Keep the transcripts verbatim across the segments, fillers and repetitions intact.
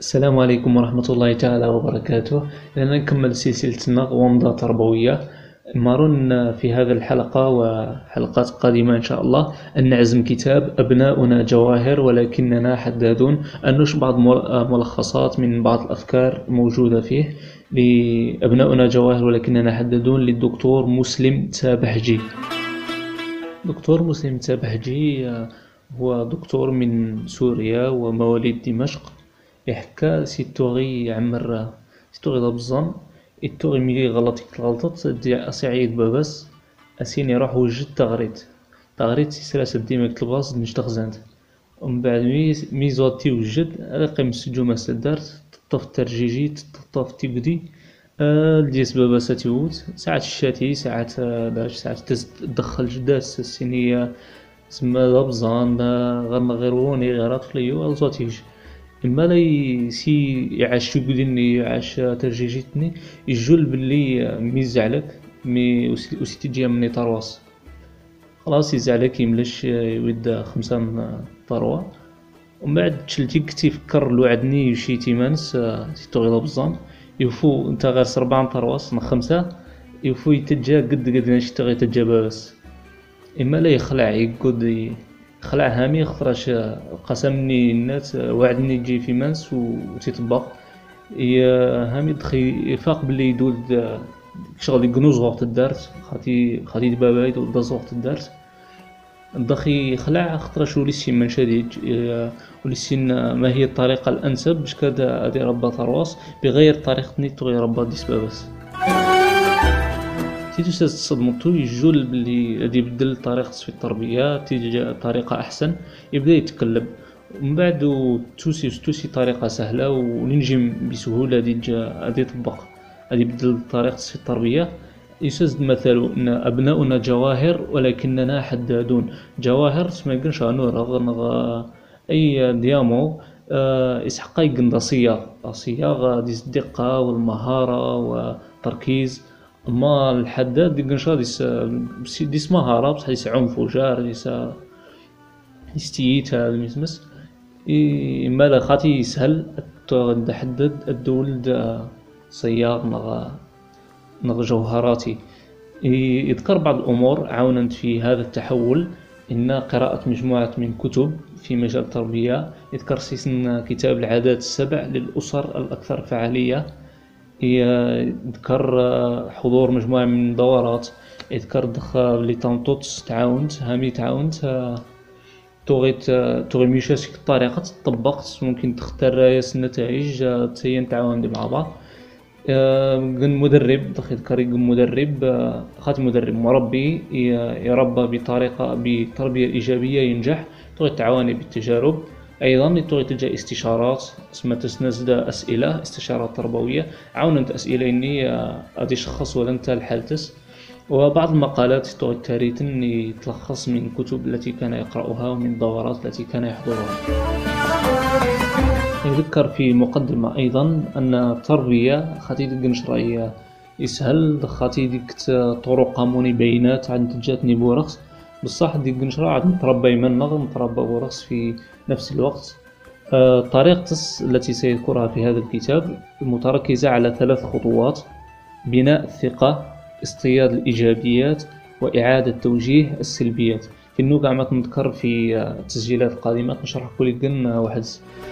السلام عليكم ورحمة الله تعالى وبركاته. لأننا نكمل سلسلتنا غمضة تربوية. مرن في هذه الحلقة وحلقات قادمة إن شاء الله أن نعزم كتاب أبناؤنا جواهر ولكننا حدادون، أن نشر بعض ملخصات من بعض الأفكار الموجودة فيه لأبناؤنا جواهر ولكننا حدادون للدكتور مسلم تابحجي. دكتور مسلم تابحجي هو دكتور من سوريا ومواليد دمشق. يحكى سي توغي يعمر سي توغي دابزان التوغي ملي غلطت غلطت دي اسعيد باباس اسين يروح وجد تغريت تغريت سلاسة ديما كتلباص نش تغزانت ومن بعد مي ميزوتي وجد رقم السجومة سدارت تطف ترجيجي تطف تيبدي ديس باباس تيوت ساعات الشاتي ساعات داش ساعات تدخل جداس السينية سما دابزان غير غيروني غير طفليو الزوتيج إما لا يسي يعاش يقولني يعاش ترجيجيتني يجول باللي ميزعلك مي وسي تجي مني طرواس خلاص يزعلك يملش يود خمسة طروا ومن بعد تشلتي كتي فكر لو عدني يشي تيمانس تيتوغي لابزان يوفو انت غير سربعة طرواس من خمسة يوفو يتجا قد قد ناشي تغي تجا بس إما لا يخلع يقود خلع هامي خطراش قسمني الناس وعدني يجي في منس وتيطبق يا هامي دخي يفاق باللي يدول شغل يقنوز وقت الدارت خاطي خاطي بابا يدول داز وقت الدارت دخي خلع خطراش وليسي من شديد وليسي ما هي الطريقة الأنسب باش كذا أدي ربا ثرواس بغير طريقة نيتو غير ربا ديس باباس تيجي تصدمتو يجول باللي غادي يبدل طريقة في التربية تيجي طريقة أحسن يبدا يتقلب ومن بعد توسي توسي طريقة سهلة وننجم بسهولة غادي غادي يطبق غادي يبدل طريقة في التربية. يسد مثل ان أبناؤنا جواهر ولكننا حدادون. جواهر ما يقولش نور غنغ أي ديامو يسحق يقندا صياغ صياغ ديس الدقة والمهارة والتركيز. اما الحداد ديكنشا ديس ديس مهارة بصح ديس عنف وجار ديس استييت هذا المسمس اما لا خاطي يسهل تحدد الدولد صياغ نغ نغ جوهراتي. يذكر بعض الأمور عاونت في هذا التحول إن قراءة مجموعة من كتب في مجال التربية. يذكر سيسن كتاب العادات السبع للأسر الأكثر فعالية. يذكر حضور مجموعة من الدورات. يذكر دخل لي تنطوط تعاونت هامي تعاونت توغيت توغي ميشاش الطريقة تطبقت ممكن تختار رايس النتائج تسين تعاون مع بعض. قن مدرب دخل كريق مدرب خات مدرب مربي يربى بطريقة بتربية إيجابية ينجح توغي تعاوني بالتجارب. أيضا توغي تلجأ استشارات اسمها تسنزد أسئلة استشارات تربوية عاونت أسئلة إني أدي شخص ولا أنت الحالتس. وبعض المقالات توغي تاريتن يتلخص من كتب التي كان يقرأها ومن الدورات التي كان يحضرها. يذكر في مقدمة أيضا أن التربية خاطي ديك نشرية يسهل خاطي ديك طرق قانوني بينات عند جاتني بورخص بصح ديك نشرة عاد نتربى يمنغ نتربى بورخص في نفس الوقت. طريقة التي سيذكرها في هذا الكتاب متركزة على ثلاث خطوات: بناء الثقة، اصطياد الإيجابيات، وإعادة توجيه السلبيات. في النوع عم نذكر في التسجيلات القادمة نشرح كل جن واحد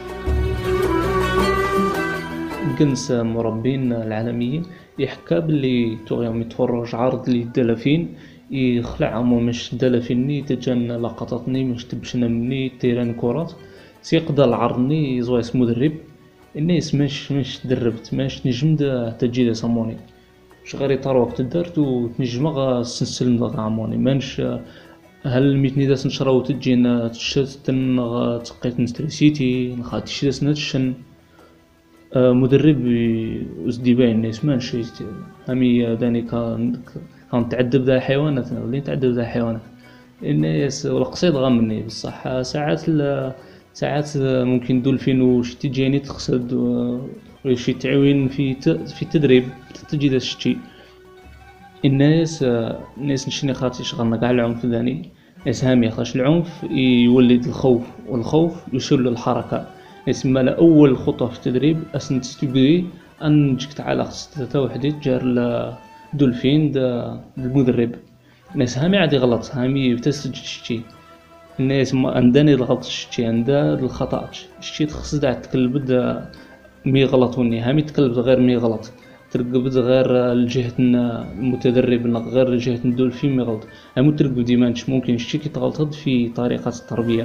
جنس مربين العالميين يحكى باللي توغيهم يتفرج عرض للدلافين يخلعهم مش دلافيني تجن لقطاتني مش تبشنا مني تيران كرات سيقدر العرضني يزوي اسمه مدرب الناس مش مش دربت مش نجم تجي صموني مش غير يطار وقت الدرت وتنجم غا سنسلم غا عموني مانش هل ميتني داس نشراو تجينا تشتن غا تقيت نستريسيتي نخاتيش داس نتشن مدرب وزدي باين الناس مانش همي داني كان كان تعذب ذا الحيوانات ولا تعذب ذا الحيوانات الناس والقصيد غامني بصح ساعات ساعات ممكن دولفين وش تجيني تقصد وشي تعوين في في التدريب تجي ذا الشيء. الناس الناس نشني خاطي شغلنا كاع العنف ذاني ناس هامي خاش العنف يولد الخوف والخوف يشل الحركة. يسمى لا أول خطوة في التدريب أسن تستبدي أن جيك تعالى خص وحدي تجار دولفين دا المدرب الناس هامي عادي غلط هامي بتسجل شتي الناس ما عندني الغلط شتي عندها الخطأ شتي تخص دع تكلب دا مي غلطوني هامي تكلب غير مي غلط ترقبت غير الجهة المتدرب غير الجهة الدولفين مي غلط هامو ترقب ديما ممكن شتي كي تغلط في طريقة التربية.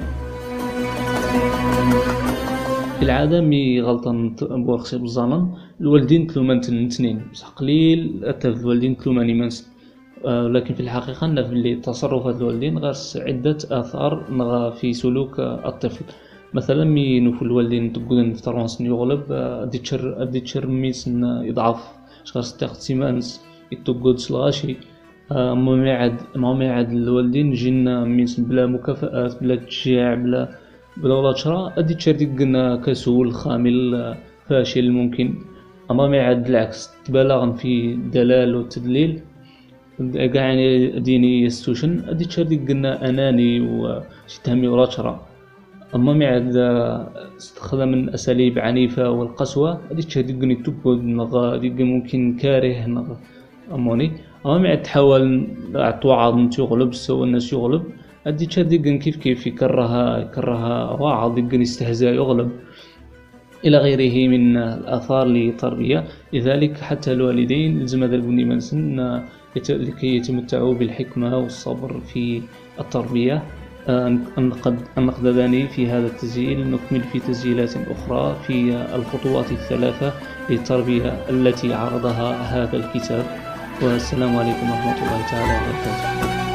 في العادة مي غلطان بوخسي بالظنن الوالدين تلومان تنين بصح قليل حتى الوالدين تلوماني منس آه لكن في الحقيقة نعرف بلي تصرفات الوالدين غير عدة آثار في سلوك الطفل. مثلا مي نوفو الوالدين تقولن في ترونس يغلب ادي تشر ادي تشر ميس يضعف شغال ستاخد سيمانس يتوجد سلغاشي آه ما يعد ما يعد الوالدين جينا ميس بلا مكافآت بلا تشجيع بلا بلا ولا تشرا ادي تشردق كسول خامل فاشل ممكن اما ما يعد العكس تبالغ في الدلال والتدليل كاع يعني ديني يستوشن ادي تشردق اناني وشتهمي ولا تشرا اما ما يعد استخدام من اساليب عنيفه والقسوه ادي تشردق تبود نغا ممكن كاره نغا اموني اما ما يعد تحاول توعظ تغلب سو الناس يغلب ادي تشردق كيف كيف يكرهها يكرهها واعظ يقن استهزاء يغلب إلى غيره من الآثار للتربية. لذلك حتى الوالدين لازم هذا البني منسن لكي يتمتعوا بالحكمة والصبر في التربية. النقداني في هذا التسجيل نكمل في تسجيلات أخرى في الخطوات الثلاثة للتربية التي عرضها هذا الكتاب. والسلام عليكم ورحمة الله تعالى وبركاته.